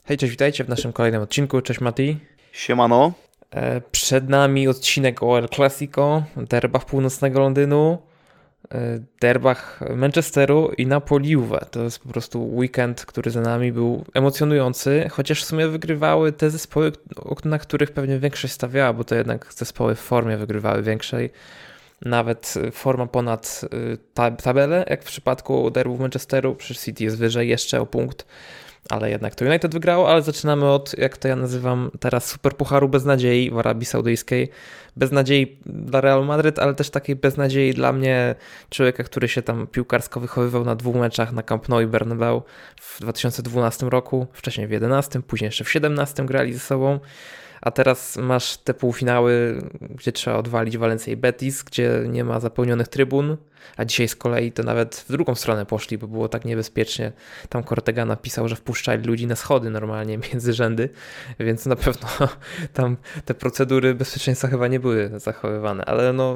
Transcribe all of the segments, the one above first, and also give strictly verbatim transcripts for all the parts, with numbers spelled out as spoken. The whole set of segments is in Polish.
Hej, cześć, witajcie w naszym kolejnym odcinku. Cześć Mati. Siemano. E, Przed nami odcinek o El Clasico, derbach północnego Londynu, e, derbach Manchesteru i Napoli Juve. To jest po prostu weekend, który za nami był emocjonujący, chociaż w sumie wygrywały te zespoły, na których pewnie większość stawiała, bo to jednak zespoły w formie wygrywały większej. Nawet forma ponad tabelę, jak w przypadku derbów Manchesteru, przecież City jest wyżej jeszcze o punkt, ale jednak to United wygrało, ale zaczynamy od, jak to ja nazywam teraz, superpucharu bez nadziei w Arabii Saudyjskiej. Bez nadziei dla Real Madryt, ale też takiej beznadziei dla mnie, człowieka, który się tam piłkarsko wychowywał na dwóch meczach na Camp Nou i Bernabeu w dwa tysiące dwunastym roku, wcześniej w jedenastym, później jeszcze w siedemnastym grali ze sobą. A teraz masz te półfinały, gdzie trzeba odwalić Valencję i Betis, gdzie nie ma zapełnionych trybun, a dzisiaj z kolei to nawet w drugą stronę poszli, bo było tak niebezpiecznie. Tam Cortega napisał, że wpuszczali ludzi na schody normalnie między rzędy, więc na pewno tam te procedury bezpieczeństwa chyba nie były zachowywane, ale no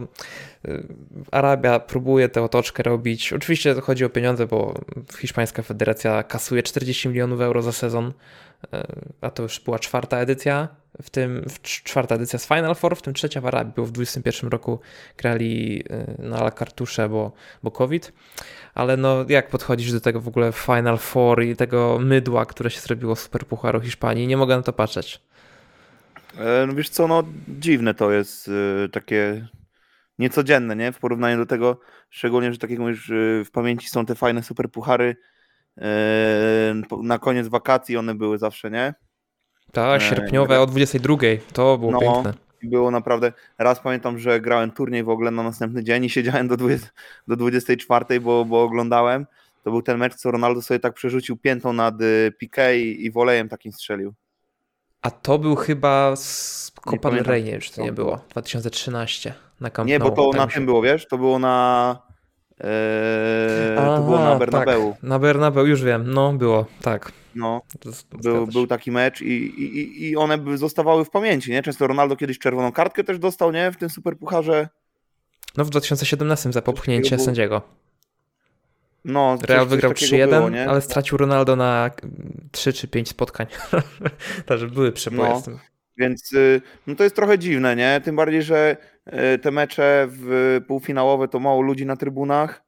Arabia próbuje tę otoczkę robić. Oczywiście chodzi o pieniądze, bo hiszpańska federacja kasuje czterdzieści milionów euro za sezon, a to już była czwarta edycja, w tym w czwarta edycja z Final Four, w tym trzecia w Arabii, bo w dwudziestym pierwszym roku grali na la cartusze, bo, bo COVID. Ale no jak podchodzisz do tego w ogóle Final Four i tego mydła, które się zrobiło z Superpucharu Hiszpanii? Nie mogę na to patrzeć. E, No wiesz co, no dziwne to jest, e, takie niecodzienne, nie? W porównaniu do tego, szczególnie, że tak jak mówisz, e, w pamięci są te fajne superpuchary e, po- na koniec wakacji one były zawsze, nie? Ta E, sierpniowe gra- o dwudziestej drugiej, to było No, piękne. było naprawdę. Raz pamiętam, że grałem turniej w ogóle na następny dzień i siedziałem do dwudziestej, do dwudziestej czwartej, bo, bo oglądałem. To był ten mecz, co Ronaldo sobie tak przerzucił piętą nad e, Piqué i, i wolejem takim strzelił. A to był chyba z Nie Copa del pamiętam, Rey, nie co wiem czy to to nie było, było. dwa tysiące trzynaście na Camp Nie, bo Nou, to tak na mi się... tym było, wiesz? To było na. E, to było na Aha, tak, Bernabeu. na Bernabeu już wiem, no było, tak, No, to był, zgadza był się. taki mecz i, i, i one by zostawały w pamięci, nie? Często Ronaldo kiedyś czerwoną kartkę też dostał, nie? W tym superpucharze. No w dwa tysiące siedemnastym za Coś takiego popchnięcie było. sędziego. No, Real coś, coś wygrał takiego było, trzy jeden, nie? ale stracił Ronaldo na trzy czy pięć spotkań. Także były przeboje z No, tym. więc y, no to jest trochę dziwne, nie? Tym bardziej, że y, te mecze w półfinałowe to mało ludzi na trybunach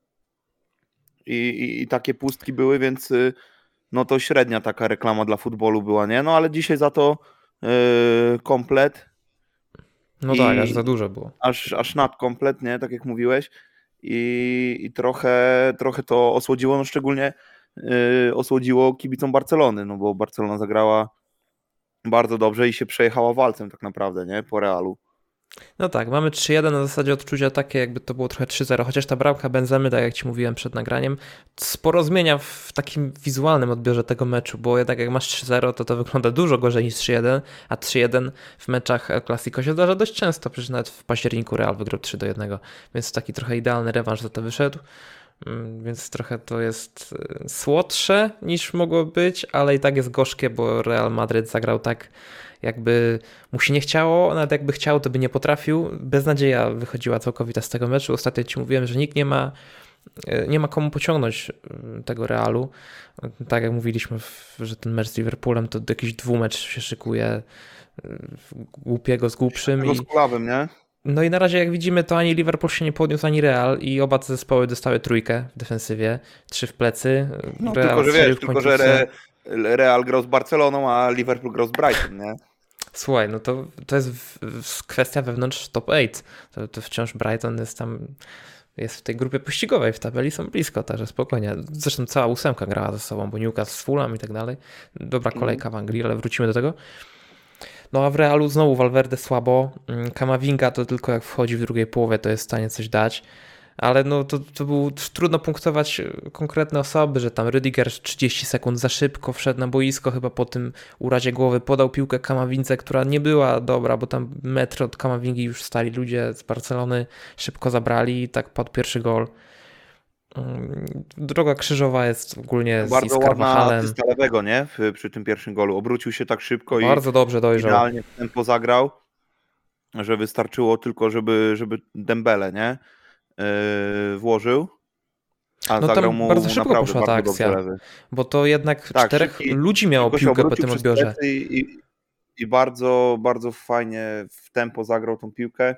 i, i, i takie pustki były, więc y, no to średnia taka reklama dla futbolu była, nie? No ale dzisiaj za to y, komplet No tak, aż za i dużo było. aż, aż nadkomplet, nie? Tak jak mówiłeś. I, i trochę, trochę to osłodziło, no szczególnie y, osłodziło kibicom Barcelony, no bo Barcelona zagrała bardzo dobrze i się przejechała walcem tak naprawdę, nie? Po Realu. No tak, mamy trzy jeden, na zasadzie odczucia takie, jakby to było trochę trzy zero, chociaż ta bramka Benzemy, tak jak ci mówiłem przed nagraniem, sporo zmienia w takim wizualnym odbiorze tego meczu, bo jednak jak masz trzy zero, to to wygląda dużo gorzej niż trzy jeden, a trzy jeden w meczach El Clasico się zdarza dość często, przecież nawet w październiku Real wygrał trzy do jednego, więc taki trochę idealny rewanż za to wyszedł. Mm, Więc trochę to jest y, słodsze niż mogło być, ale i tak jest gorzkie, bo Real Madryt zagrał tak, jakby mu się nie chciało, nawet jakby chciał, to by nie potrafił. Beznadzieja wychodziła całkowita z tego meczu. Ostatnio ci mówiłem, że nikt nie ma, y, nie ma komu pociągnąć y, tego Realu. Tak jak mówiliśmy, w- że ten mecz z Liverpoolem to jakiś dwumecz się szykuje, y, głupiego z głupszym Tego z i kulawym, nie? no i na razie jak widzimy, to ani Liverpool się nie podniósł, ani Real i oba te zespoły dostały trójkę w defensywie, trzy w plecy. No Real tylko, że strzelił wiesz, w tylko, że końcówce. Re, Real grał z Barceloną, a Liverpool grał z Brighton, nie? Słuchaj, no to, to jest w, w kwestia wewnątrz top osiem. To, to wciąż Brighton jest tam, jest w tej grupie pościgowej, w tabeli są blisko, także spokojnie. Zresztą cała ósemka grała ze sobą, bo Newcastle z Fulham i tak dalej. Dobra Mhm. kolejka w Anglii, ale wrócimy do tego. No a w Realu znowu Valverde słabo. Mm, Kamavinga to tylko jak wchodzi w drugiej połowie, to jest w stanie coś dać. Ale no to, to był trudno punktować konkretne osoby, że tam Rüdiger trzydzieści sekund za szybko wszedł na boisko, chyba po tym urazie głowy podał piłkę Kamawince, która nie była dobra, bo tam metr od Kamawingi już stali ludzie z Barcelony, szybko zabrali i tak padł pierwszy gol. Mm, Droga krzyżowa jest ogólnie z, i z Bardzo ładna Carvajalem. asysta lewego, nie? W, przy tym pierwszym golu. Obrócił się tak szybko i Bardzo dobrze dojrzał. idealnie w tempo zagrał, że wystarczyło tylko, żeby, żeby Dembele, nie? Yy, włożył. A No zagrał tam mu bardzo szybko naprawdę poszła ta bardzo dobrze akcja, lewy. bo to jednak Tak, czterech szybki, ludzi miało szybko się piłkę po obrócił tym przez odbiorze. plecy i, i, i bardzo, bardzo fajnie w tempo zagrał tą piłkę.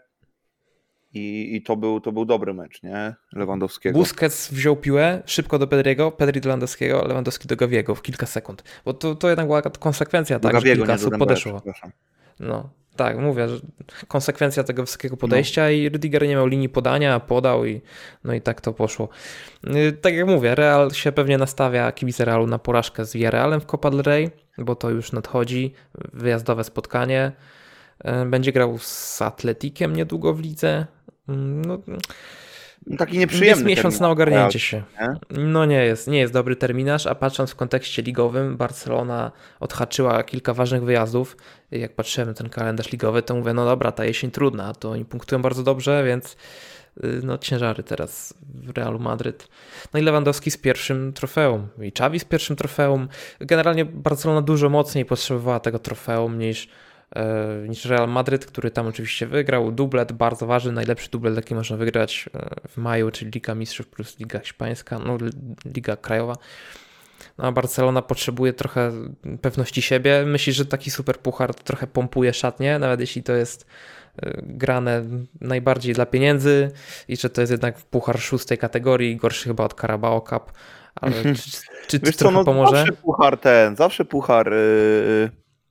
I, i to, był, to był dobry mecz, nie? Lewandowskiego. Busquets wziął piłę szybko do Pedriego, Pedri do Lewandowskiego, Lewandowski do Gaviego w kilka sekund. Bo to, to jednak była konsekwencja, Do tak, że Gaviego, kilka nie do osób Dembele, podeszło. przepraszam. No, tak, mówię, że konsekwencja tego wysokiego podejścia i Rüdiger nie miał linii podania, podał i no i tak to poszło. Yy, Tak jak mówię, Real się pewnie nastawia, kibice Realu, na porażkę z Villarrealem w Copa del Rey, bo to już nadchodzi, wyjazdowe spotkanie. Yy, Będzie grał z Atletikiem niedługo w lidze. Yy, No, No, taki nieprzyjemny jest miesiąc terminarz na ogarnięcie Real, się. nie? No nie jest, nie jest dobry terminarz, a patrząc w kontekście ligowym, Barcelona odhaczyła kilka ważnych wyjazdów. Jak patrzyłem na ten kalendarz ligowy, to mówię, no dobra, ta jesień trudna, to oni punktują bardzo dobrze, więc y, no ciężary teraz w Realu Madryt. No i Lewandowski z pierwszym trofeum i Xavi z pierwszym trofeum. Generalnie Barcelona dużo mocniej potrzebowała tego trofeum niż e, niż Real Madryt, który tam oczywiście wygrał. Dublet bardzo ważny, najlepszy dublet, jaki można wygrać e, w maju, czyli Liga Mistrzów plus Liga Hiszpańska, no Liga Krajowa. No, a Barcelona potrzebuje trochę pewności siebie. Myśli, że taki super puchar to trochę pompuje szatnię, nawet jeśli to jest e, grane najbardziej dla pieniędzy i że to jest jednak puchar szóstej kategorii, gorszy chyba od Carabao Cup, ale czy, czy, czy Wiesz co, trochę no pomoże? zawsze puchar ten, zawsze puchar yy,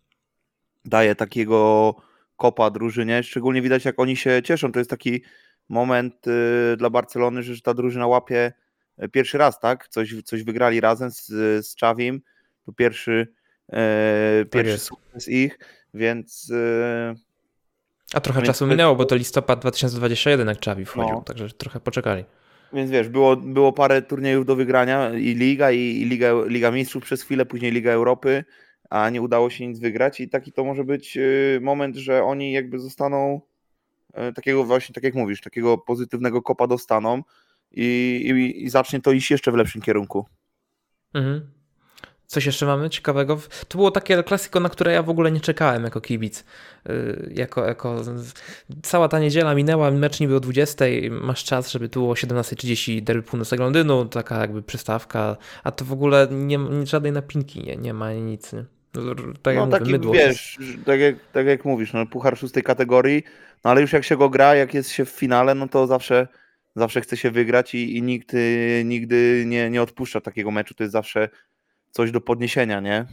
daje takiego kopa drużynie, szczególnie widać jak oni się cieszą, to jest taki moment yy, dla Barcelony, że ta drużyna łapie pierwszy raz, tak? Coś, coś wygrali razem z, z Xavim, to pierwszy, yy, pierwszy jest. sukces ich, więc yy, A trochę Więc czasu to- minęło, bo to listopad dwa tysiące dwudziesty pierwszy jak Xavi wchodził, No. także trochę poczekali. Więc wiesz, było, było parę turniejów do wygrania i Liga, i, i Liga, Liga Mistrzów przez chwilę, później Liga Europy, a nie udało się nic wygrać i taki to może być y, moment, że oni jakby zostaną y, takiego właśnie, tak jak mówisz, takiego pozytywnego kopa dostaną i, i, i zacznie to iść jeszcze w lepszym kierunku. Mhm. Coś jeszcze mamy ciekawego? To było takie klasiko, na które ja w ogóle nie czekałem jako kibic. Yy, Jako, jako... Cała ta niedziela minęła, mecz niby o dwudziestej, masz czas, żeby tu było o siedemnasta trzydzieści derby północnego Londynu, taka jakby przystawka, a to w ogóle nie, nie żadnej napinki, nie, nie ma nic. Nie? Tak jak No mówię, taki, mydło. wiesz, tak jak, tak jak mówisz, no, puchar szóstej kategorii, no ale już jak się go gra, jak jest się w finale, no to zawsze, zawsze chce się wygrać i, i nikt y, nigdy nie, nie odpuszcza takiego meczu, to jest zawsze coś do podniesienia, nie?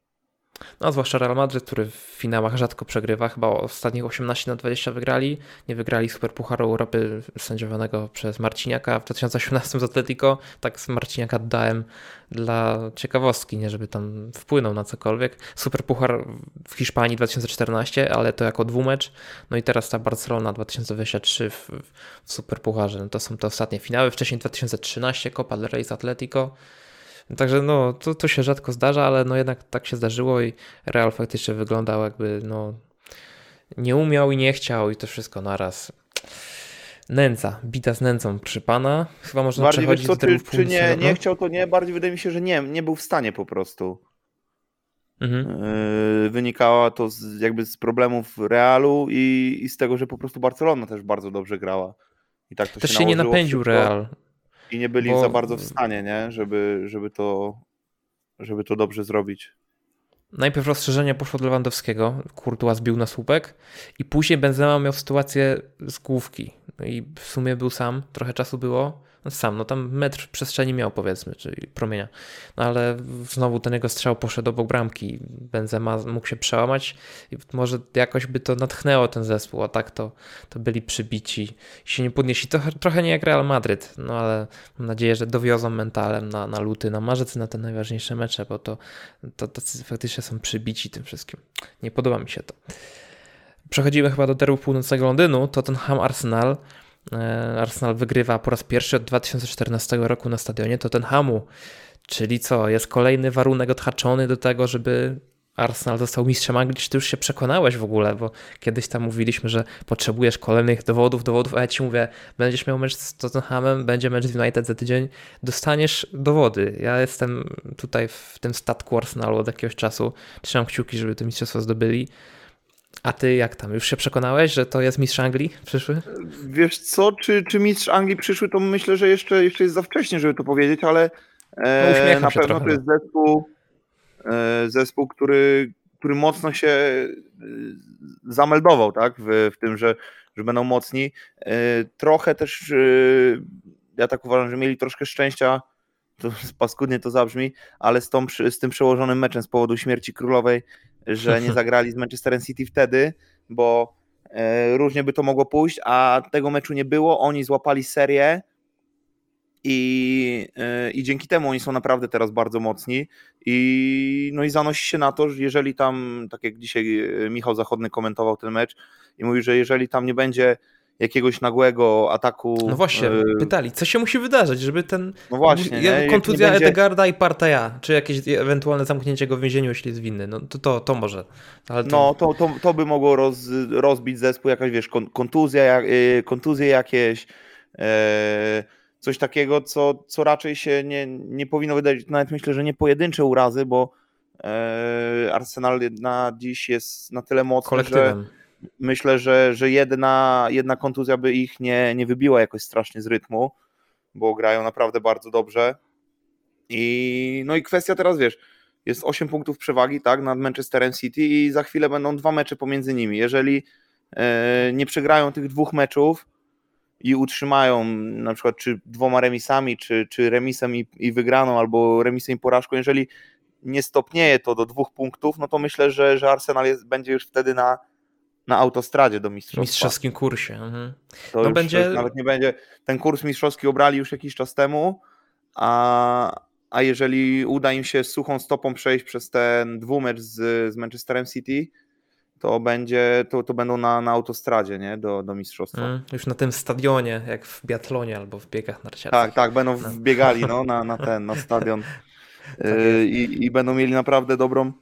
No, zwłaszcza Real Madryt, który w finałach rzadko przegrywa, chyba ostatnich osiemnaście na dwadzieścia wygrali, nie wygrali Superpucharu Europy sędziowanego przez Marciniaka w dwa tysiące osiemnastym z Atletico, tak z Marciniaka dodałem dla ciekawostki, nie żeby tam wpłynął na cokolwiek. Superpuchar w Hiszpanii dwa tysiące czternasty, ale to jako dwumecz, no i teraz ta Barcelona dwa tysiące dwudziesty trzeci w, w Superpucharze, no to są te ostatnie finały, wcześniej dwa tysiące trzynasty Copa del Rey z Atletico. Także no, to, to się rzadko zdarza, ale no jednak tak się zdarzyło i Real faktycznie wyglądał jakby no nie umiał i nie chciał i to wszystko naraz. Nędza, bita z nędzą, proszę pana. Chyba można Bardziej wiesz przechodzić co, do tego czy, czy nie, nie no? chciał, to nie, bardziej wydaje mi się, że nie, nie był w stanie po prostu. Mhm. Yy, wynikało to z, jakby z problemów Realu i, i z tego, że po prostu Barcelona też bardzo dobrze grała. I tak to Też się się nie nałożyło napędził wszystko. Real. I nie byli bo- za bardzo w stanie, nie? Żeby, żeby, to, żeby to dobrze zrobić. Najpierw rozszerzenie poszło do Lewandowskiego, Courtois zbił na słupek i później Benzema miał sytuację z główki. No i w sumie był sam, trochę czasu było, no sam, no tam metr przestrzeni miał powiedzmy, czyli promienia. No ale znowu ten jego strzał poszedł obok bramki, Benzema mógł się przełamać i może jakoś by to natchnęło ten zespół, a tak to, to byli przybici, się nie podnieśli. Trochę, trochę nie jak Real Madryt, no ale mam nadzieję, że dowiozą mentalem na, na luty, na marzec, na te najważniejsze mecze, bo to, to tacy faktycznie są przybici tym wszystkim. Nie podoba mi się to. Przechodzimy chyba do derby północnego Londynu. Tottenham Arsenal. Arsenal wygrywa po raz pierwszy od dwa tysiące czternastego roku na stadionie Tottenhamu. Czyli co? Jest kolejny warunek odhaczony do tego, żeby Arsenal został mistrzem Anglii. Czy ty już się przekonałeś w ogóle? Bo kiedyś tam mówiliśmy, że potrzebujesz kolejnych dowodów, dowodów, a ja ci mówię, będziesz miał mecz z Tottenhamem, będzie mecz z United za tydzień, dostaniesz dowody. Ja jestem tutaj w tym statku Arsenalu od jakiegoś czasu. Trzymam kciuki, żeby to mistrzostwo zdobyli. A ty jak tam? Już się przekonałeś, że to jest mistrz Anglii przyszły? Wiesz co, czy, czy mistrz Anglii przyszły, to myślę, że jeszcze, jeszcze jest za wcześnie, żeby to powiedzieć, ale No e, uśmiecham na się pewno trochę, to no. jest zespół, e, zespół, który, który mocno się e, zameldował, tak, w, w tym, że, że będą mocni. E, trochę też, e, ja tak uważam, że mieli troszkę szczęścia, to paskudnie to zabrzmi, ale z, tą, z tym przełożonym meczem z powodu śmierci królowej, że nie zagrali z Manchesterem City wtedy, bo e, różnie by to mogło pójść, a tego meczu nie było, oni złapali serię i, e, i dzięki temu oni są naprawdę teraz bardzo mocni i no i zanosi się na to, że jeżeli tam, tak jak dzisiaj e, Michał Zachodny komentował ten mecz i mówi, że jeżeli tam nie będzie jakiegoś nagłego ataku. No właśnie, e, pytali, co się musi wydarzyć, żeby ten... No właśnie, nie? Jak Kontuzja nie będzie... Edegarda i Parteja, czy jakieś ewentualne zamknięcie go w więzieniu, jeśli jest winny, no to, to, to może. Ale to... No, to, to, to by mogło roz, rozbić zespół, jakaś, wiesz, kon, kontuzja, jak, y, kontuzje jakieś, e, coś takiego, co, co raczej się nie, nie powinno wydarzyć. Nawet myślę, że nie pojedyncze urazy, bo e, Arsenal na dziś jest na tyle mocny, że Kolektywem. myślę, że, że jedna, jedna kontuzja by ich nie, nie wybiła jakoś strasznie z rytmu, bo grają naprawdę bardzo dobrze. I no i kwestia teraz, wiesz, jest osiem punktów przewagi, tak, nad Manchesterem City i za chwilę będą dwa mecze pomiędzy nimi. Jeżeli e, nie przegrają tych dwóch meczów i utrzymają na przykład czy dwoma remisami, czy, czy remisem i, i wygraną, albo remisem i porażką, jeżeli nie stopnieje to do dwóch punktów, no to myślę, że, że Arsenal jest, będzie już wtedy na, na autostradzie do mistrzostwa. Mistrzowskim kursie. Mhm. To, No już, będzie... to już nawet nie będzie, ten kurs mistrzowski obrali już jakiś czas temu, a, a jeżeli uda im się suchą stopą przejść przez ten dwumecz z, z Manchesterem City, to będzie, to, to będą na, na autostradzie, nie? Do, do mistrzostwa. Mm, już na tym stadionie, jak w biatlonie albo w biegach narciarskich. Tak, tak, będą No. wbiegali no, na, na ten, na stadion Tak yy, jest. i, i będą mieli naprawdę dobrą,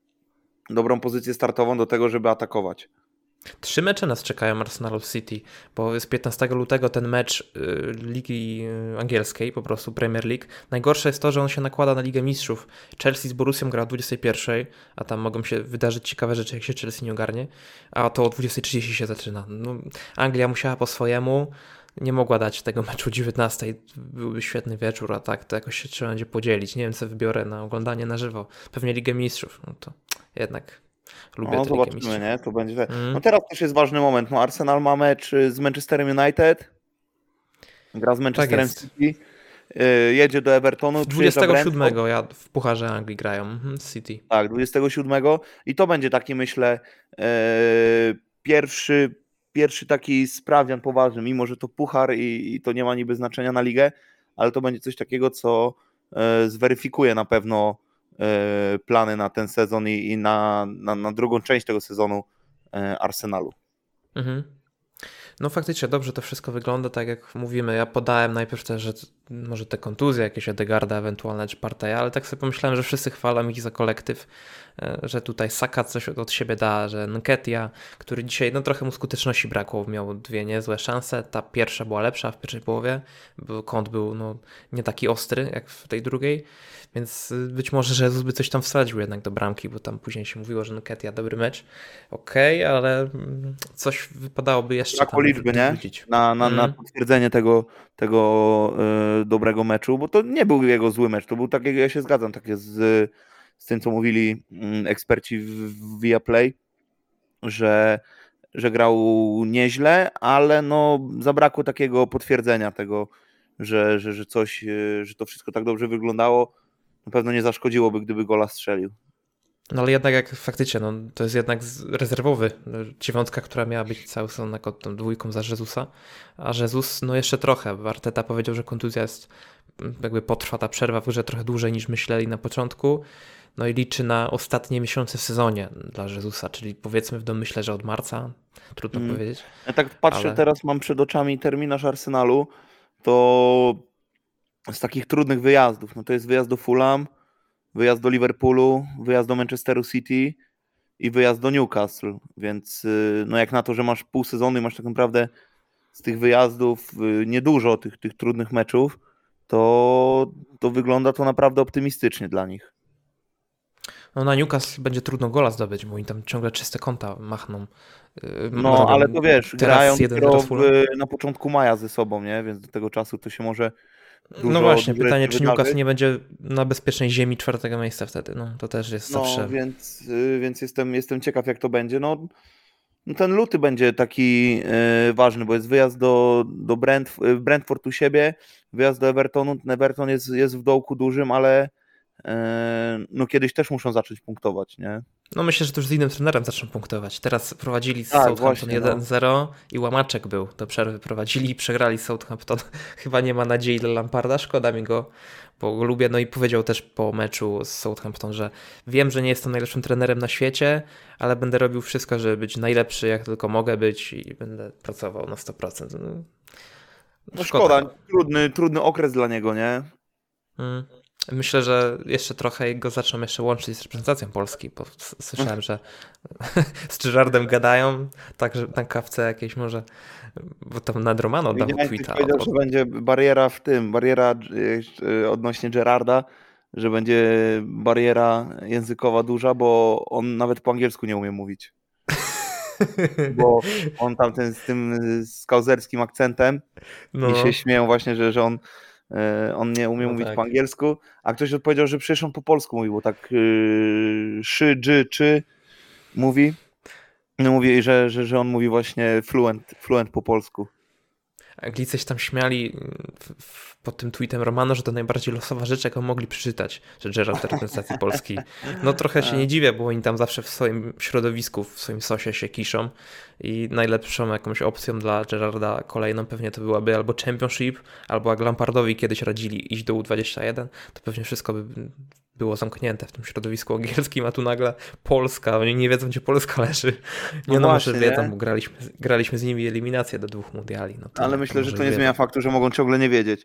dobrą pozycję startową do tego, żeby atakować. Trzy mecze nas czekają Arsenalu City, bo jest piętnastego lutego ten mecz y, Ligi Angielskiej, po prostu Premier League. Najgorsze jest to, że on się nakłada na Ligę Mistrzów. Chelsea z Borussią gra o dwudziestej pierwszej, a tam mogą się wydarzyć ciekawe rzeczy, jak się Chelsea nie ogarnie, a to o dwudziestej trzydzieści się zaczyna. No, Anglia musiała po swojemu, nie mogła dać tego meczu o dziewiętnastej. Byłby świetny wieczór, a tak to jakoś się trzeba będzie podzielić. Nie wiem, co wybiorę na oglądanie na żywo. Pewnie Ligę Mistrzów, no to jednak... Lubię No tę Ligę zobaczymy, Mistrzów. nie? To będzie. Mm. No teraz też jest ważny moment. No Arsenal ma mecz z Manchesterem United. Gra z Manchesterem Tak City. Yy, jedzie do Evertonu. dwudziestego siódmego ja w Pucharze Anglii grają. Mhm, City. Tak, dwudziestego siódmego. I to będzie taki, myślę, yy, pierwszy, pierwszy taki sprawdzian poważny, mimo że to puchar i, i to nie ma niby znaczenia na ligę, ale to będzie coś takiego, co yy, zweryfikuje na pewno yy, plany na ten sezon i, i na, na, na drugą część tego sezonu yy, Arsenalu. Mhm. No faktycznie dobrze to wszystko wygląda, tak jak mówimy. Ja podałem najpierw też, że może te kontuzje, jakieś Edegarda ewentualne, czy Parteja, ale tak sobie pomyślałem, że wszyscy chwalą ich za kolektyw, że tutaj Saka coś od siebie da, że Nketiah, który dzisiaj, no trochę mu skuteczności brakło, miał dwie niezłe szanse. Ta pierwsza była lepsza w pierwszej połowie, bo kąt był no, nie taki ostry jak w tej drugiej, więc być może, że Jezus by coś tam wsadził jednak do bramki, bo tam później się mówiło, że Nketiah dobry mecz. Okej, okay, ale coś wypadałoby jeszcze Brakło tam liczby, nie? wrócić. Na, na, Mm. na potwierdzenie tego, tego yy, dobrego meczu, bo to nie był jego zły mecz, to był tak, ja się zgadzam, takie z, z tym, co mówili yy, eksperci w, w Viaplay, że, że grał nieźle, ale no zabrakło takiego potwierdzenia tego, że, że, że coś, yy, że to wszystko tak dobrze wyglądało. Na pewno nie zaszkodziłoby, gdyby gola strzelił. No ale jednak jak faktycznie, no, to jest jednak rezerwowy, dziewiątka, która miała być cały sezon jako tą dwójką za Jezusa, a Jezus no jeszcze trochę, Arteta powiedział, że kontuzja jest, jakby potrwa ta przerwa w grze trochę dłużej niż myśleli na początku, no i liczy na ostatnie miesiące w sezonie dla Jezusa, czyli powiedzmy w domyśle, że od marca, trudno mm. powiedzieć. Ja tak patrzę, ale... teraz mam przed oczami terminarz Arsenalu, to z takich trudnych wyjazdów, no to jest wyjazd do Fulham, wyjazd do Liverpoolu, wyjazd do Manchesteru City i wyjazd do Newcastle, więc no jak na to, że masz pół sezonu i masz tak naprawdę z tych wyjazdów niedużo tych, tych trudnych meczów, to, to wygląda to naprawdę optymistycznie dla nich. No na Newcastle będzie trudno gola zdobyć, bo oni tam ciągle czyste konta machną. Yy, No, robią. ale to wiesz, Teraz grają jeden dopiero zero z Fulham. w, na początku maja ze sobą, nie? Więc do tego czasu to się może dużo, No właśnie, dużo pytanie, jeszcze czy Newcastle wydarzyć. nie będzie na bezpiecznej ziemi czwartego miejsca wtedy. No to też jest No, zawsze... więc, y, więc jestem, jestem ciekaw, jak to będzie. No, no ten luty będzie taki y, ważny, bo jest wyjazd do, do Brent, Brentford u siebie, wyjazd do Evertonu. Ten Everton jest, jest w dołku dużym, ale y, no kiedyś też muszą zacząć punktować, nie? No myślę, że to już z innym trenerem zaczną punktować. Teraz prowadzili z Tak, Southampton właśnie, no. jeden zero i łamaczek był. Do przerwy prowadzili i przegrali z Southampton. Chyba nie ma nadziei dla Lamparda, szkoda mi go, bo go lubię. No i powiedział też po meczu z Southampton, że wiem, że nie jestem najlepszym trenerem na świecie, ale będę robił wszystko, żeby być najlepszy jak tylko mogę być i będę pracował na sto procent. No, No szkoda, trudny, trudny okres dla niego, nie? Mm. Myślę, że jeszcze trochę go zaczną jeszcze łączyć z reprezentacją Polski, bo s- słyszałem, że z Gerardem gadają, także na kawce jakieś może, bo tam nad Romano dał Widziałem, ktoś tweeta. powiedział, Od... że będzie bariera w tym, bariera y, odnośnie Gerarda, że będzie bariera językowa duża, bo on nawet po angielsku nie umie mówić. Bo on tam ten, z tym skauzerskim akcentem No, i się śmieją właśnie, że, że on, y, on nie umie no mówić tak. po angielsku, a ktoś odpowiedział, że przecież on po polsku mówił, bo tak y, szy, dży, czy mówi. No mówi, że, że, że on mówi właśnie fluent, fluent po polsku. Anglicy się tam śmiali w, w, pod tym tweetem Romano, że to najbardziej losowa rzecz, jaką mogli przeczytać, że Gerard reprezentacji Polski. No trochę się nie dziwię, bo oni tam zawsze w swoim środowisku, w swoim sosie się kiszą i najlepszą jakąś opcją dla Gerarda kolejną pewnie to byłaby albo Championship, albo jak Lampardowi kiedyś radzili iść do U dwadzieścia jeden, to pewnie wszystko by było zamknięte w tym środowisku angielskim, a tu nagle Polska, oni nie wiedzą, gdzie Polska leży. Nie No no, właśnie, może nie? wiedzą, bo graliśmy, graliśmy z nimi eliminację do dwóch mundiali. No to, Ale myślę, że może to nie wiedzą. zmienia faktu, że mogą ciągle nie wiedzieć.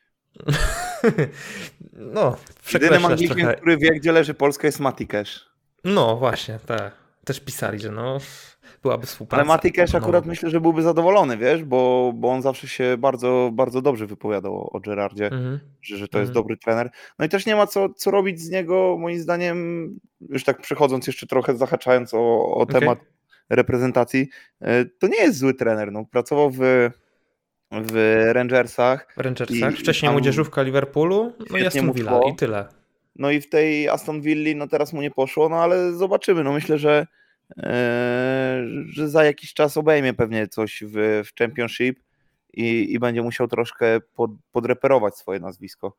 No, Jedynym przekreślasz Anglikiem, trochę. który wie, gdzie leży Polska, jest Mati Cash. No właśnie, tak. Też pisali, że no byłaby współpraca. Ale Mati Cash no, akurat myślę, że byłby zadowolony, wiesz, bo, bo on zawsze się bardzo, bardzo dobrze wypowiadał o, o Gerardzie, Mhm. że, że to jest Mhm. dobry trener. No i też nie ma co, co robić z niego, moim zdaniem, już tak przechodząc jeszcze trochę, zahaczając o, o Okej. temat reprezentacji, e, to nie jest zły trener. No, pracował w, w Rangersach. W Rangersach, I- wcześniej i tam młodzieżówka Liverpoolu, no i świetnie Aston mu Villa szło. i tyle. No i w tej Aston Villa, no teraz mu nie poszło, no ale zobaczymy. No myślę, że, e, że za jakiś czas obejmie pewnie coś w, w Championship i, i będzie musiał troszkę pod, podreperować swoje nazwisko.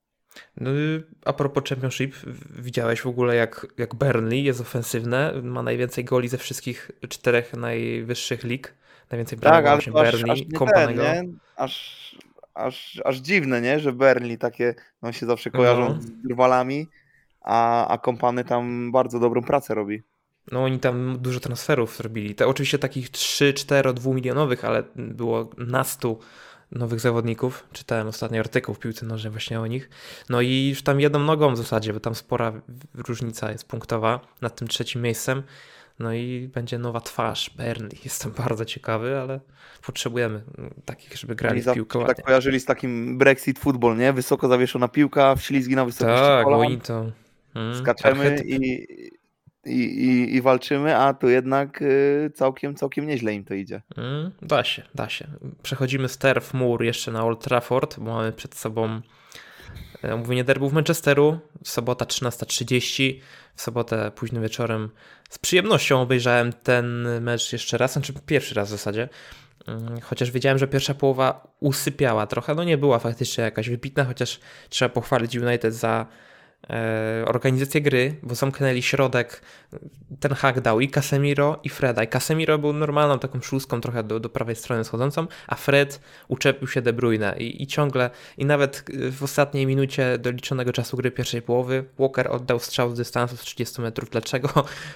No, y, a propos Championship, w- widziałeś w ogóle jak, jak Burnley jest ofensywne, ma najwięcej goli ze wszystkich czterech najwyższych lig, najwięcej bramek Tak, ma ale właśnie to aż, Burnley, aż nie ten, Kompanego. nie? Aż, aż, aż dziwne, nie? Że Burnley takie, no się zawsze kojarzą No. z rywalami, a, a Kompany tam bardzo dobrą pracę robi. No oni tam dużo transferów zrobili. To oczywiście takich trzy, cztery, dwumilionowych, ale było nastu nowych zawodników. Czytałem ostatnio artykuł w piłce nożnej właśnie o nich. No i już tam jedną nogą w zasadzie, bo tam spora różnica jest punktowa nad tym trzecim miejscem. No i będzie nowa twarz Burnley. Jestem bardzo ciekawy, ale potrzebujemy takich, żeby grali Oni w zawsze piłkę się ładnie. tak kojarzyli z takim Brexit football, nie? Wysoko zawieszona piłka, wślizgi na wysokości Tak, kolan, oni to... Mm, skaczemy archetyp. i, i, i, i walczymy, a tu jednak y, całkiem, całkiem nieźle im to idzie. Mm, da się, da się. Przechodzimy z Turf Moor jeszcze na Old Trafford, bo mamy przed sobą e, omówienie derbów Manchesteru. Sobota trzynasta trzydzieści. W sobotę późnym wieczorem z przyjemnością obejrzałem ten mecz jeszcze raz, znaczy pierwszy raz w zasadzie. Mm, Chociaż wiedziałem, że pierwsza połowa usypiała trochę. No nie była faktycznie jakaś wybitna, chociaż trzeba pochwalić United za e, organizację gry, bo zamknęli środek. Ten hak dał i Casemiro, i Freda. I Casemiro był normalną taką szóstką trochę do, do prawej strony schodzącą, a Fred uczepił się De Bruyne i, i ciągle, i nawet w ostatniej minucie doliczonego czasu gry pierwszej połowy Walker oddał strzał z dystansu z trzydziestu metrów. Dlaczego?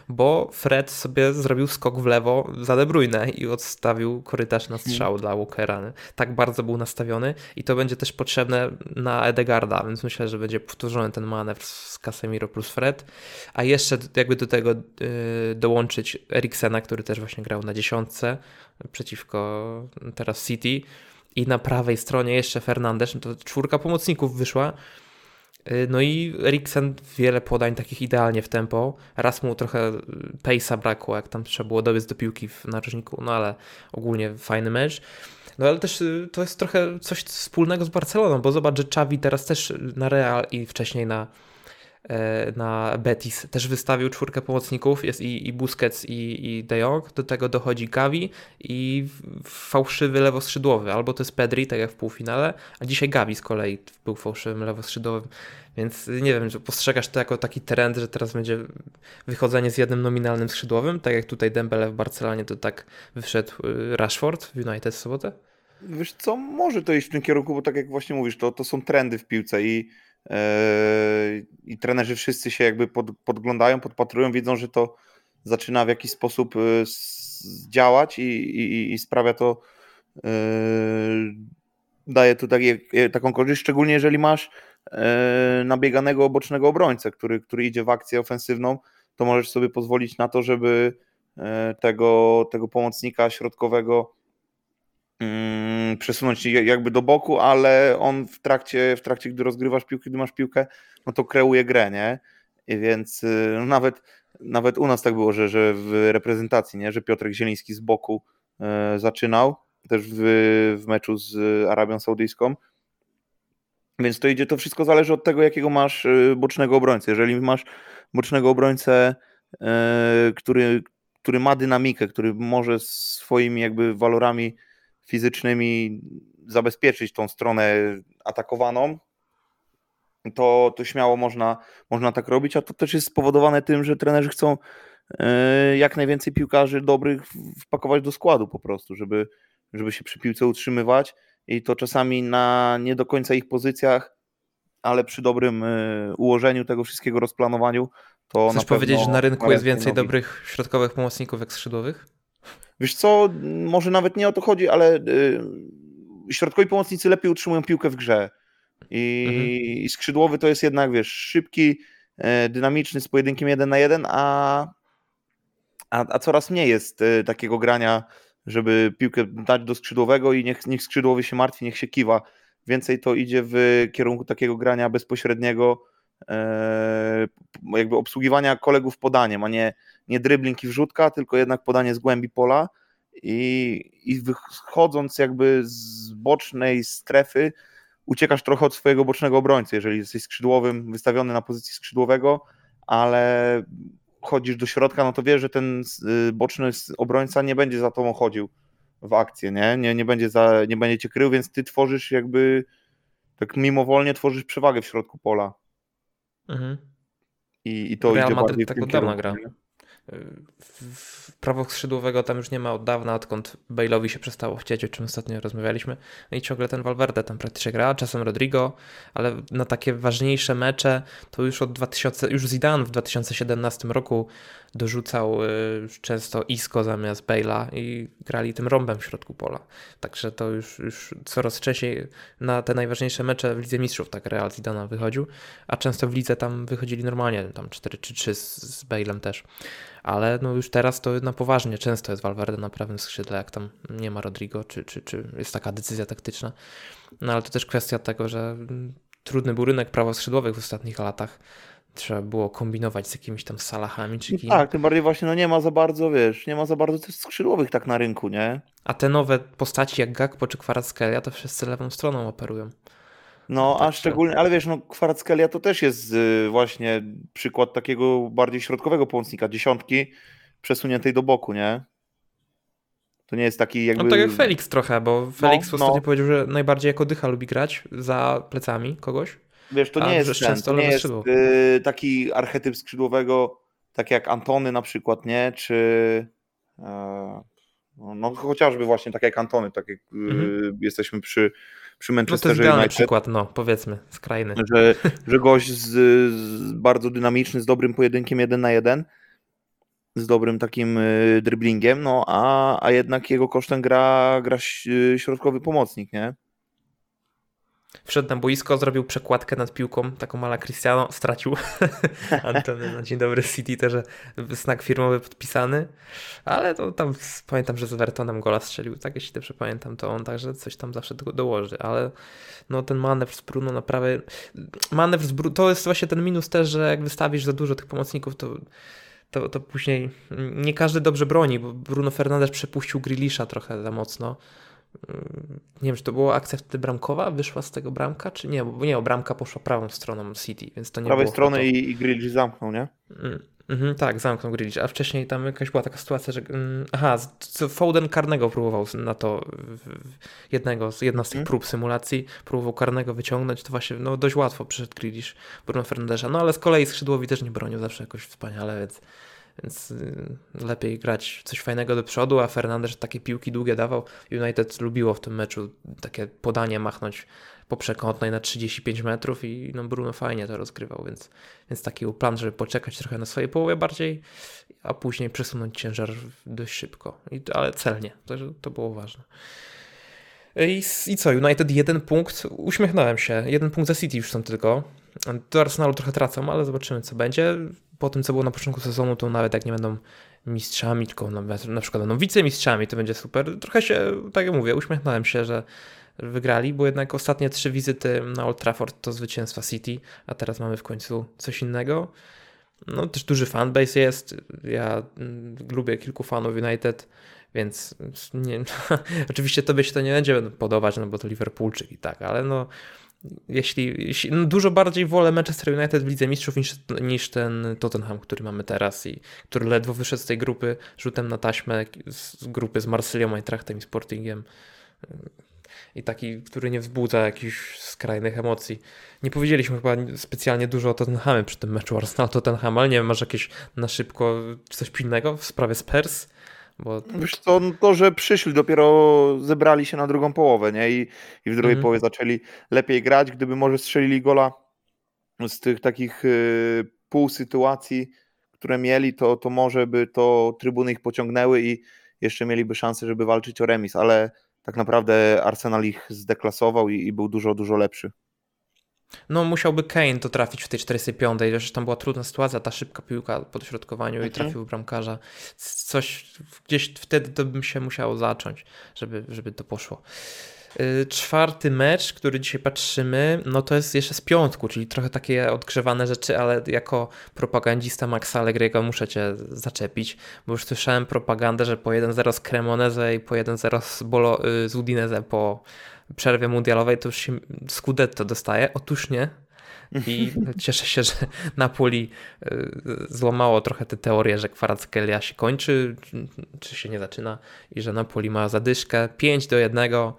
Bo Fred sobie zrobił skok w lewo za De Bruyne i odstawił korytarz na strzał dla Walkera. Nie? Tak bardzo był nastawiony i to będzie też potrzebne na Edegarda, więc myślę, że będzie powtórzony ten manewr z Casemiro plus Fred, a jeszcze jakby do tego y, dołączyć Eriksena, który też właśnie grał na dziesiątce przeciwko teraz City i na prawej stronie jeszcze Fernandes, no to czwórka pomocników wyszła No i Eriksen wiele podań takich idealnie w tempo. Raz mu trochę pace'a brakło, jak tam trzeba było dobiec do piłki w narożniku, no ale ogólnie fajny mecz. No ale też to jest trochę coś wspólnego z Barceloną, bo zobacz, że Xavi teraz też na Real i wcześniej na, na Betis też wystawił czwórkę pomocników, jest i, i Busquets i, i De Jong, do tego dochodzi Gavi i fałszywy lewoskrzydłowy, albo to jest Pedri, tak jak w półfinale, a dzisiaj Gavi z kolei był fałszywym lewoskrzydłowym, więc nie wiem, postrzegasz to jako taki trend, że teraz będzie wychodzenie z jednym nominalnym skrzydłowym, tak jak tutaj Dembele w Barcelonie, to tak wyszedł Rashford w United w sobotę? Wiesz co, może to iść w tym kierunku, bo tak jak właśnie mówisz, to, to są trendy w piłce i, yy, i trenerzy wszyscy się jakby pod, podglądają, podpatrują, widzą, że to zaczyna w jakiś sposób yy, działać i, i, i sprawia to, yy, daje tu takie, taką korzyść, szczególnie jeżeli masz yy, nabieganego obocznego obrońcę, który, który idzie w akcję ofensywną, to możesz sobie pozwolić na to, żeby yy, tego, tego pomocnika środkowego przesunąć jakby do boku, ale on w trakcie, w trakcie gdy rozgrywasz piłkę, gdy masz piłkę, no to kreuje grę, nie? I więc no nawet, nawet u nas tak było, że, że w reprezentacji, nie? Że Piotrek Zieliński z boku e, zaczynał, też w, w meczu z Arabią Saudyjską. Więc to idzie, to wszystko zależy od tego, jakiego masz bocznego obrońcę. Jeżeli masz bocznego obrońcę, e, który, który ma dynamikę, który może swoimi jakby walorami fizycznymi zabezpieczyć tą stronę atakowaną, to, to śmiało można, można tak robić, a to też jest spowodowane tym, że trenerzy chcą jak najwięcej piłkarzy dobrych wpakować do składu po prostu, żeby, żeby się przy piłce utrzymywać i to czasami na nie do końca ich pozycjach, ale przy dobrym ułożeniu tego wszystkiego, rozplanowaniu, to Chcesz na pewno powiedzieć, że na rynku jest więcej nogi. dobrych środkowych pomocników jak skrzydłowych? Wiesz co, może nawet nie o to chodzi, ale yy, środkowi pomocnicy lepiej utrzymują piłkę w grze. I, Mhm. i skrzydłowy to jest jednak, wiesz, szybki, yy, dynamiczny z pojedynkiem jeden na jeden, a, a, a coraz mniej jest yy, takiego grania, żeby piłkę dać do skrzydłowego i niech, niech skrzydłowy się martwi, niech się kiwa. Więcej to idzie w kierunku takiego grania bezpośredniego, yy, jakby obsługiwania kolegów podaniem, a nie, nie dribbling i wrzutka, tylko jednak podanie z głębi pola i, i wychodząc jakby z bocznej strefy uciekasz trochę od swojego bocznego obrońcy, jeżeli jesteś skrzydłowym, wystawiony na pozycji skrzydłowego, ale chodzisz do środka, no to wiesz, że ten boczny obrońca nie będzie za tobą chodził w akcję, nie? Nie, nie, będzie, za, nie będzie cię krył, więc ty tworzysz jakby tak mimowolnie tworzysz przewagę w środku pola. Mhm. I, i to Real idzie Madrid bardziej w tak tym od dawna kierunku. gra. Nie? W prawo skrzydłowego tam już nie ma od dawna, odkąd Bale'owi się przestało chcieć, o czym ostatnio rozmawialiśmy. No i ciągle ten Valverde tam praktycznie gra, czasem Rodrigo, ale na takie ważniejsze mecze to już od dwa tysiące, już Zidane w dwa tysiące siedemnastym roku dorzucał y, często Isco zamiast Bale'a i grali tym rąbem w środku pola. Także to już, już coraz częściej na te najważniejsze mecze w Lidze Mistrzów tak Real Zidana wychodził, a często w lidze tam wychodzili normalnie, tam cztery trzy trzy z, z Bale'em też. Ale no już teraz to na poważnie często jest Valverde na prawym skrzydle, jak tam nie ma Rodrigo, czy, czy, czy jest taka decyzja taktyczna. No ale to też kwestia tego, że trudny był rynek prawoskrzydłowych w ostatnich latach. Trzeba było kombinować z jakimiś tam Salahami czy No kim. tak, tym bardziej właśnie no nie ma za bardzo, wiesz, nie ma za bardzo też skrzydłowych tak na rynku, nie? A te nowe postaci jak Gakpo czy Kvaratskhelia to wszyscy lewą stroną operują. No, a Także szczególnie, ale wiesz, no Kvaratskhelia to też jest y, właśnie przykład takiego bardziej środkowego pomocnika, dziesiątki przesuniętej do boku, nie? To nie jest taki no jakby... tak jak Felix trochę, bo No, Felix no, ostatnio powiedział, że najbardziej jako dycha lubi grać za plecami kogoś, wiesz, to a nie że jest ten, często to nie lewe jest skrzydło. y, taki archetyp skrzydłowego, tak jak Antony na przykład, nie? Czy... E, no, no chociażby właśnie tak jak Antony, tak jak y, Mhm. jesteśmy przy, przy No to jest Manchesterze idealny United. przykład, no powiedzmy, skrajny. Że, że gość z, z bardzo dynamiczny, z dobrym pojedynkiem jeden na jeden, z dobrym takim y, dribblingiem, no a, a jednak jego kosztem gra, gra środkowy pomocnik, nie? Wszedł na boisko, zrobił przekładkę nad piłką, taką ala Cristiano, stracił. Antony na Dzień Dobry City też znak firmowy podpisany, ale to tam pamiętam, że z Evertonem gola strzelił, tak jeśli dobrze pamiętam, to on także coś tam zawsze do, dołoży, ale no ten manewr z Bruno naprawdę, manewr z Bruno, to jest właśnie ten minus też, że jak wystawisz za dużo tych pomocników, to To, to później nie każdy dobrze broni, bo Bruno Fernandes przepuścił Grealisha trochę za mocno. Nie wiem, czy to była akcja wtedy bramkowa, wyszła z tego bramka, czy nie, bo nie, bo bramka poszła prawą stroną City, więc to nie prawej było strony to. i, i Grealish zamknął, nie? Mm, mhm, tak, zamknął Grealish, a wcześniej tam jakaś była taka sytuacja, że mm, aha, co Foden karnego próbował na to w- w- jednego z, jedna z tych Mhm. prób symulacji, próbował karnego wyciągnąć, to właśnie no, dość łatwo przyszedł Grealish Bruno Fernandesza, no ale z kolei skrzydłowi też nie bronił zawsze jakoś wspaniale, więc Więc y, lepiej grać coś fajnego do przodu, a Fernandes takie piłki długie dawał. United lubiło w tym meczu takie podanie machnąć po przekątnej na trzydzieści pięć metrów i no Bruno fajnie to rozgrywał, więc, więc taki był plan, żeby poczekać trochę na swojej połowie bardziej, a później przesunąć ciężar dość szybko, I, ale celnie, to, to było ważne. I, I co, United jeden punkt, uśmiechnąłem się, jeden punkt za City już są tylko. Do Arsenalu trochę tracą, ale zobaczymy co będzie. Po tym co było na początku sezonu, to nawet jak nie będą mistrzami, tylko na, na przykład będą wicemistrzami, to będzie super. Trochę się, tak jak mówię, uśmiechnąłem się, że wygrali, bo jednak ostatnie trzy wizyty na Old Trafford to zwycięstwa City, a teraz mamy w końcu coś innego. No też duży fanbase jest, ja mm, lubię kilku fanów United, więc nie, oczywiście tobie się to nie będzie podobać, no bo to Liverpoolczyk i tak, ale no jeśli, jeśli no dużo bardziej wolę Manchester United w Lidze Mistrzów niż, niż ten Tottenham, który mamy teraz i który ledwo wyszedł z tej grupy rzutem na taśmę, z grupy z Marsylią, Eintrachtem i Sportingiem i taki, który nie wzbudza jakichś skrajnych emocji. Nie powiedzieliśmy chyba specjalnie dużo o Tottenhamie przy tym meczu Arsenal-Tottenham, ale nie wiem, masz jakieś na szybko coś pilnego w sprawie Spurs? Bo... Wiesz co, no to, że przyszli, dopiero zebrali się na drugą połowę, nie? I, i w drugiej Mhm. połowie zaczęli lepiej grać. Gdyby może strzelili gola z tych takich y, pół sytuacji, które mieli, to, to może by to trybuny ich pociągnęły i jeszcze mieliby szansę, żeby walczyć o remis, ale tak naprawdę Arsenal ich zdeklasował i, i był dużo, dużo lepszy. No musiałby Kane to trafić w tej czterdziestej piątej, wiesz, tam była trudna sytuacja, ta szybka piłka po dośrodkowaniu Mhm. i trafił bramkarza. Coś gdzieś wtedy to bym się musiało zacząć, żeby, żeby to poszło. Yy, czwarty mecz, który dzisiaj patrzymy, no to jest jeszcze z piątku, czyli trochę takie odgrzewane rzeczy, ale jako propagandista Maxa Allegriego muszę cię zaczepić, bo już słyszałem propagandę, że po jeden zero z Cremoneze i po jeden zero z, Bolo, yy, z Udinese po przerwie mundialowej to już się Scudetto dostaje. Otóż nie. I cieszę się, że Napoli y, złamało trochę tę teorię, że Kvaratskhelia się kończy, czy się nie zaczyna i że Napoli ma zadyszkę pięć do jednego.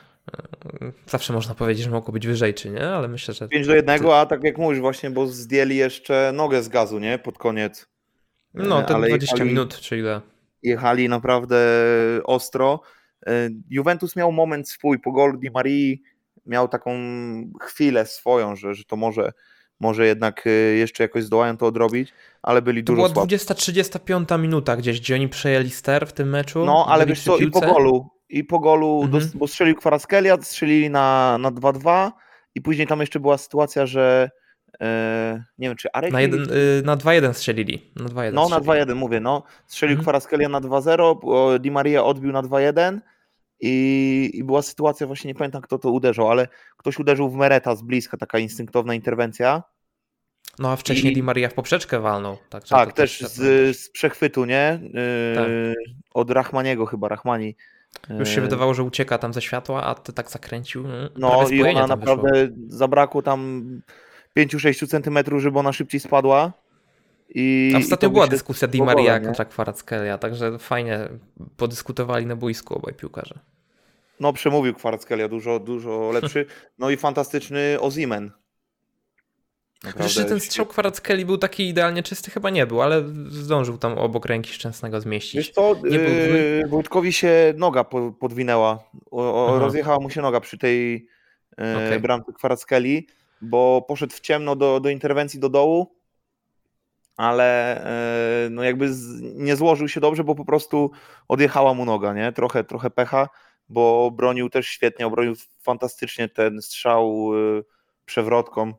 Y, Zawsze można powiedzieć, że mogło być wyżej, czy nie, ale myślę, że... pięć do jednego, a tak jak mówisz właśnie, bo zdjęli jeszcze nogę z gazu, nie? Pod koniec. No, te Ale dwadzieścia jechali- minut, czy ile? Jechali naprawdę ostro. Juventus miał moment swój po golu Di Marii, miał taką chwilę swoją, że, że to może, może jednak jeszcze jakoś zdołają to odrobić, ale byli To dużo była słabsi. dwudziesta trzydziesta piąta minuta gdzieś, gdzie oni przejęli ster w tym meczu. No, ale byli wiesz przy co, i po piłce. golu, i po golu, Mhm. dos- bo strzelił Kvaratskhelia, strzelili na, na dwa dwa i później tam jeszcze była sytuacja, że e, nie wiem, czy Arek Na, jeden, y, na dwa jeden strzelili. Na dwa jeden No, na strzelili. dwa jeden mówię, no. Strzelił Mhm. Kvaratskhelia na dwa zero, bo Di Maria odbił na dwa jeden i, i była sytuacja, właśnie nie pamiętam kto to uderzył, ale ktoś uderzył w Mereta z bliska, taka instynktowna interwencja. No a wcześniej I- Di Maria w poprzeczkę walnął. Także Tak, to też trzeba z, pamiętać. z przechwytu, nie? Yy, Tak. Od Rachmaniego chyba, Rachmani. Już się Yy, wydawało, że ucieka tam ze światła, a ty tak zakręcił. mm, No prawie i spojenie ona tam naprawdę wyszło. zabrakło tam pięć sześć centymetrów, żeby ona szybciej spadła. I, A i ostatnio to by była się dyskusja Di skończyło Maria golem, nie? kontra Kvaratskhelia, także fajnie podyskutowali na boisku obaj piłkarze. No przemówił Kvaratskhelia, dużo, dużo lepszy. No i fantastyczny Osimhen. Chociaż że ten strzał Kvaratskhelia był taki idealnie czysty, chyba nie był, ale zdążył tam obok ręki Szczęsnego zmieścić. Wiesz co, Nie był zły. yy, Wojtkowi się noga po- podwinęła, o, o, Aha. rozjechała mu się noga przy tej yy, Okej. bramce Kvaratskhelii, bo poszedł w ciemno do, do interwencji do dołu, ale yy, no jakby z, nie złożył się dobrze, bo po prostu odjechała mu noga, nie? Trochę, trochę pecha, bo bronił też świetnie, obronił fantastycznie ten strzał y, przewrotką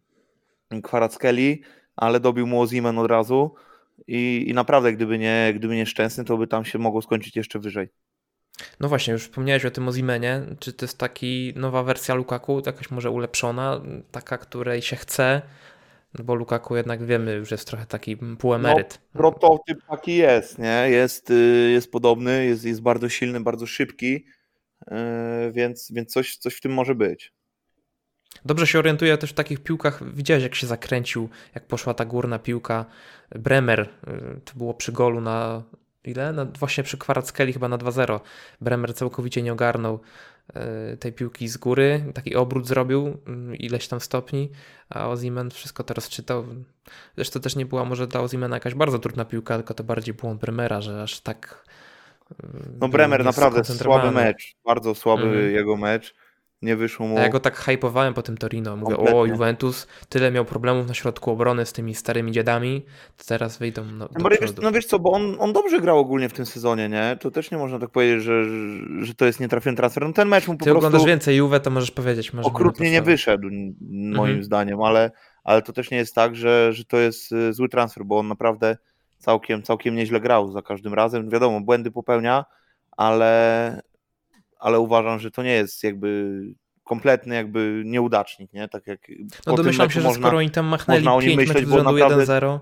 Kvaratskhelia, ale dobił mu Osimhen od razu i, i naprawdę gdyby nie, gdyby nie Szczęsny, to by tam się mogło skończyć jeszcze wyżej. No właśnie, już wspomniałeś o tym Osimhenie. Czy to jest taki nowa wersja Lukaku, jakaś może ulepszona, taka, której się chce? No bo Lukaku jednak wiemy, już jest trochę taki półemeryt. No, prototyp taki jest, nie? Jest, y, jest podobny, jest, jest bardzo silny, bardzo szybki, yy, więc, więc coś, coś w tym może być. Dobrze się orientuję też w takich piłkach. Widziałeś, jak się zakręcił, jak poszła ta górna piłka. Bremer, y, to było przy golu na ile? Na, właśnie przy Kvaratskhelia chyba na dwa zero. Bremer całkowicie nie ogarnął y, tej piłki z góry. Taki obrót zrobił, y, ileś tam stopni, a Osimhen wszystko to rozczytał. Zresztą to też nie była może dla Osimhena jakaś bardzo trudna piłka, tylko to bardziej błąd Bremera, że aż tak... Y, no Bremer naprawdę słaby mecz, bardzo słaby Mhm. jego mecz. Nie wyszło mu. A ja go tak hypowałem po tym Torino. Mówię, Kompletnie. o Juventus, tyle miał problemów na środku obrony z tymi starymi dziadami, to teraz wyjdą no, do No, wiesz, przodu. no wiesz co, bo on, on dobrze grał ogólnie w tym sezonie, nie? To też nie można tak powiedzieć, że, że to jest nietrafiony transfer. No ten mecz mu po Ty prostu oglądasz więcej Juve, to możesz powiedzieć. Może okrutnie nie wyszedł, moim Mhm. zdaniem, ale, ale to też nie jest tak, że, że to jest y, zły transfer, bo on naprawdę całkiem, całkiem nieźle grał za każdym razem. Wiadomo, błędy popełnia, ale, ale uważam, że to nie jest jakby kompletny jakby nieudacznik, nie? Tak jak No domyślam się, że można, skoro oni tam machnęli można o nim pięć myśleć, meczów z bo rzędu naprawdę- jeden zero,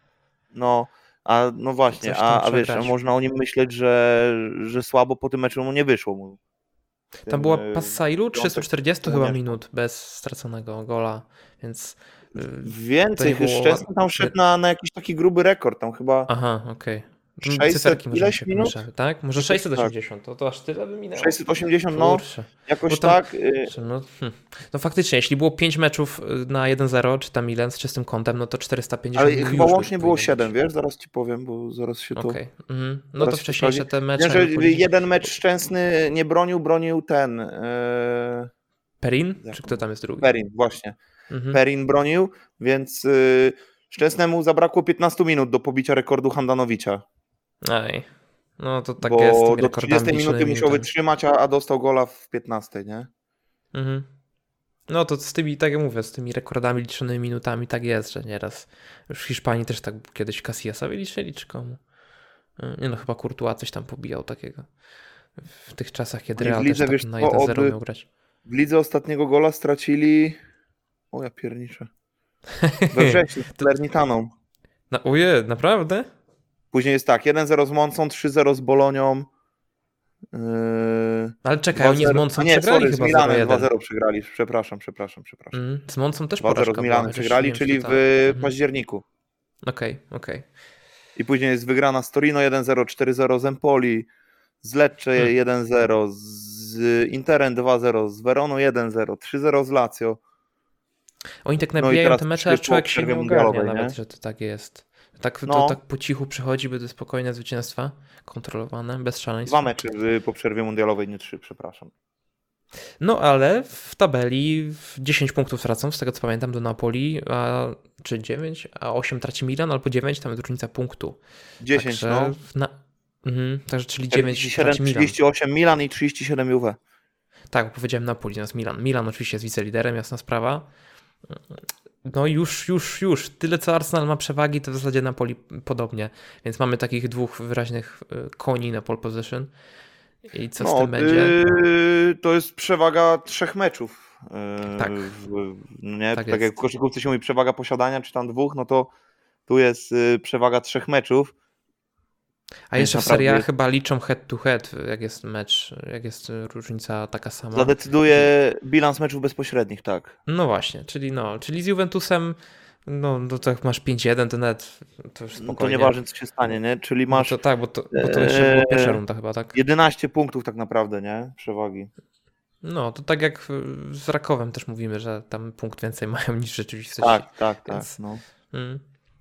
No, a no właśnie, Coś tam a, a trzeba wiesz, a grać. można o nim myśleć, że, że słabo po tym meczu mu nie wyszło. Mu. tam Tym, była y, pasa ilu? trzysta czterdzieści chyba nie. minut bez straconego gola, więc... y, Więcej, to nie było- Szczęsny tam szedł na, na jakiś taki gruby rekord, tam chyba Aha, okej. Okay. sześćset Cyferki może mi ileś się minut? pomieszały, tak? Może Jakoś sześćset osiemdziesiąt, to, to aż tyle by minęło? sześćset osiemdziesiąt, no Kurczę. jakoś Bo tam- tak. y, No, hm. no faktycznie, jeśli było pięć meczów y, na jeden zero, czy tam Milan z czystym kątem, no to czterysta pięćdziesiąt Ale już chyba by łącznie było powinno siedem, być. wiesz? Zaraz ci powiem, bo zaraz się to... Okej. Mhm. No zaraz to się wcześniejsze te mecze... Nie, że policzyć- jeden mecz Szczęsny nie bronił, bronił ten... y, Perin? Czy kto tam jest drugi? Perin, właśnie. Mhm. Perin bronił, więc y, Szczęsnemu zabrakło piętnaście minut do pobicia rekordu Handanowicza. Aj. No to tak jest z Bo tymi do rekordami trzydziestej minuty liczonymi musiał minutami. wytrzymać, a, a dostał gola w piętnastej, nie? Mhm. No to z tymi, tak jak mówię, z tymi rekordami liczonymi minutami tak jest, że nieraz już w Hiszpanii też tak kiedyś Casillasowi liczyli, czy komu? Nie no, chyba Courtois coś tam pobijał takiego w tych czasach, kiedy Oni w Real lidze, też tak wiesz na co, jeden zero od- miał grać. W lidze ostatniego gola stracili... O ja pierniczę. We wrześniu z Salernitaną. No, uje, naprawdę? Później jest tak, jeden zero z Moncą, trzy zero z Bolonią. Yy, Ale czekaj, oni z dwa zero Moncą a nie, przegrali sorry, z chyba Milanem zero dwa jeden. zero przegrali. Przepraszam, przepraszam, przepraszam. Mm, z Moncą też dwa zero porażka z była, Milanem chociaż przegrali, nie wiem, czyli czy w ta- Mhm. październiku. Okej, okej. I później jest wygrana z Torino jeden zero, cztery zero z Empoli, z Lecce Hmm. jeden zero, z Interem dwa zero, z Veroną jeden zero, trzy zero z Lazio. Oni tak No i nabijają teraz te mecze, przyszło a człowiek się przerwie nie ogarnia mundialowej, nawet, nie? że to tak jest. Tak, to No. tak po cichu przychodzi, by to spokojne zwycięstwa, kontrolowane, bez szaleństw. Dwa mecze y, po przerwie mundialowej, nie trzy, przepraszam. No ale w tabeli w dziesięć punktów tracą, z tego co pamiętam, do Napoli, a, czy dziewięć, a osiem traci Milan, albo dziewięć, tam jest różnica punktu. dziesięć, Także, no. w na... mhm, także czyli dziewięć czterdzieści siedem, traci Milan. trzydzieści osiem Milan i trzydzieści siedem Juve. Tak, powiedziałem Napoli, natomiast Milan. Milan oczywiście jest wiceliderem, jasna sprawa. No już, już, już. Tyle co Arsenal ma przewagi, to w zasadzie Napoli podobnie. Więc mamy takich dwóch wyraźnych y, koni na pole position. I co z No, tym będzie? y, to jest przewaga trzech meczów. y, Tak. w- no nie? Tak Tak, jak jest. w koszykówce się mówi przewaga posiadania, czy tam dwóch, no to tu jest y, przewaga trzech meczów. A jeszcze w naprawdę Serie A jest- chyba liczą head to head, jak jest mecz, jak jest y, różnica taka sama. Zadecyduje bilans meczów bezpośrednich, tak. No właśnie, czyli no, czyli z Juventusem, no, no to jak masz pięć jeden, to nawet to już No to spokojnie. nieważne, co się stanie, nie? Czyli No masz to tak, bo to, bo to jeszcze była pierwsza Eee, runda chyba, tak? jedenaście punktów tak naprawdę, nie? Przewagi. No, to tak jak y, z Rakowem też mówimy, że tam punkt więcej mają niż rzeczywistości. Tak, tak, tak. Więc- No, Mm.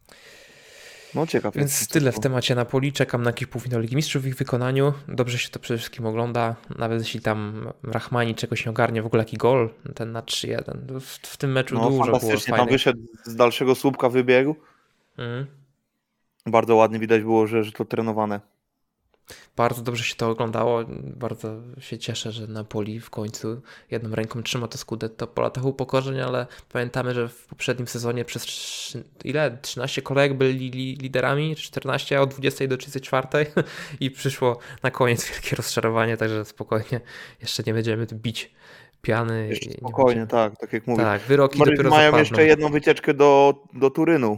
no ciekaw Więc jestem, co tyle to- w temacie Napoli. Czekam na jakiś półfinał Ligi Mistrzów w ich wykonaniu. Dobrze się to przede wszystkim ogląda. Nawet jeśli tam Rahmani czegoś nie ogarnie, w ogóle jaki gol, ten na trzy jeden. W, w tym meczu No dużo było fantastycznie, tam fajnych. wyszedł z dalszego słupka, wybiegł. Mm. Bardzo ładnie widać było, że, że to trenowane. Bardzo dobrze się to oglądało. Bardzo się cieszę, że Napoli w końcu jedną ręką trzyma to Scudetto po latach upokorzeń, ale pamiętamy, że w poprzednim sezonie przez trz- ile? trzynaście kolejek byli li- liderami, czternaście od dwudziestej do trzydziestej czwartej i przyszło na koniec wielkie rozczarowanie, także spokojnie, jeszcze nie będziemy tu bić piany. Jeszcze i nie spokojnie, będziemy... tak, tak jak mówię. Tak, wyroki Mają dopiero mają zapadną. jeszcze jedną wycieczkę do, do Turynu.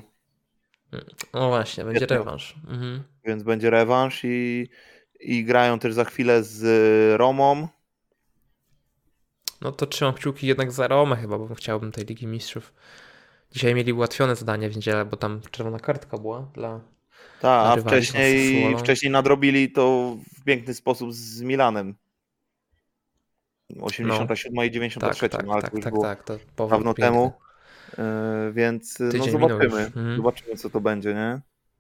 No właśnie, będzie Świetnie. rewanż. Mhm. Więc będzie rewanż i, i grają też za chwilę z Romą. No to trzymam kciuki jednak za Romę chyba, bo chciałbym tej Ligi Mistrzów. Dzisiaj mieli ułatwione zadanie w niedzielę, bo tam czerwona kartka była dla... Tak, a rywali wcześniej, Sassuolo. wcześniej nadrobili to w piękny sposób z Milanem. osiemdziesiąta siódma i dziewięćdziesiąta Tak, trzecia, tak, no ale tak, to już tak, było tak, to powrót dawno piękny. temu. Yy, więc no Tydzień minął zobaczymy. już. Mhm. Zobaczymy, co to będzie, nie?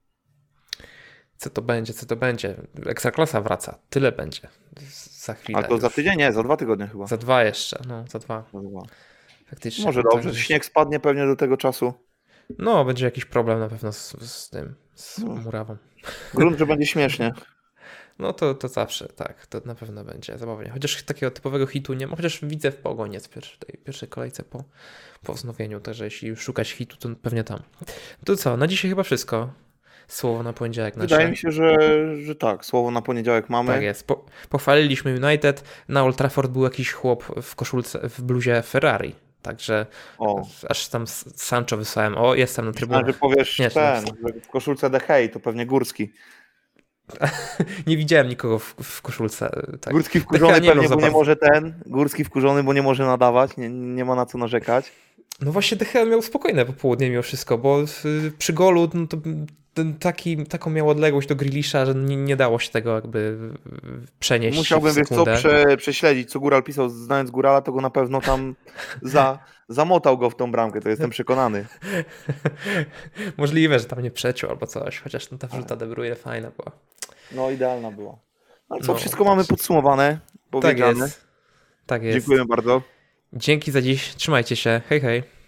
Co to będzie, co to będzie? Ekstraklasa wraca, tyle będzie. Za chwilę A to za już. tydzień? Nie, za dwa tygodnie chyba. Za dwa jeszcze, no za dwa. Za dwa. Faktycznie. Może no, dobrze, także- śnieg spadnie pewnie do tego czasu. No, będzie jakiś problem na pewno z, z tym, z No. murawą. Grunt, że będzie śmiesznie. No to, to zawsze, tak, to na pewno będzie zabawnie. Chociaż takiego typowego hitu nie ma, chociaż widzę w Pogoń jest w pierwszej, tej pierwszej kolejce po, po wznowieniu, także jeśli już szukać hitu, to pewnie tam. To co, na dzisiaj chyba wszystko. Słowo na poniedziałek nasze. Wydaje mi się, że, że tak. Słowo na poniedziałek mamy. Tak jest. Po, pochwaliliśmy United. Na Old Trafford był jakiś chłop w koszulce, w bluzie Ferrari. Także O, aż tam Sancho wysłałem. O, jestem na myślałem, trybunach. że powiesz Nie, ten, że- że w koszulce De Gea, to pewnie Górski. Nie widziałem nikogo w, w koszulce. Tak. Górski De wkurzony Gea nie miał pewnie, za bo nie bardzo- może ten. Górski wkurzony, bo nie może nadawać, nie, nie ma na co narzekać. No właśnie De Gea miał spokojne popołudnie mimo wszystko, bo y, przy golu no to ten taki, taką miał odległość do Grealisha, że nie, nie dało się tego jakby y, przenieść Musiałbym, w wiesz co, sekundę. prze, prześledzić, co Góral pisał. Znając Górala, to go na pewno tam za, zamotał go w tą bramkę, to jestem przekonany. Możliwe, że tam nie przeciął albo coś, chociaż no ta Tak. wrzuta De Bruyne fajna była. No, idealna była. Ale co, No, wszystko mamy podsumowane, Tak powiedziane. jest. Tak jest. Dziękuję bardzo. Dzięki za dziś. Trzymajcie się. Hej, hej.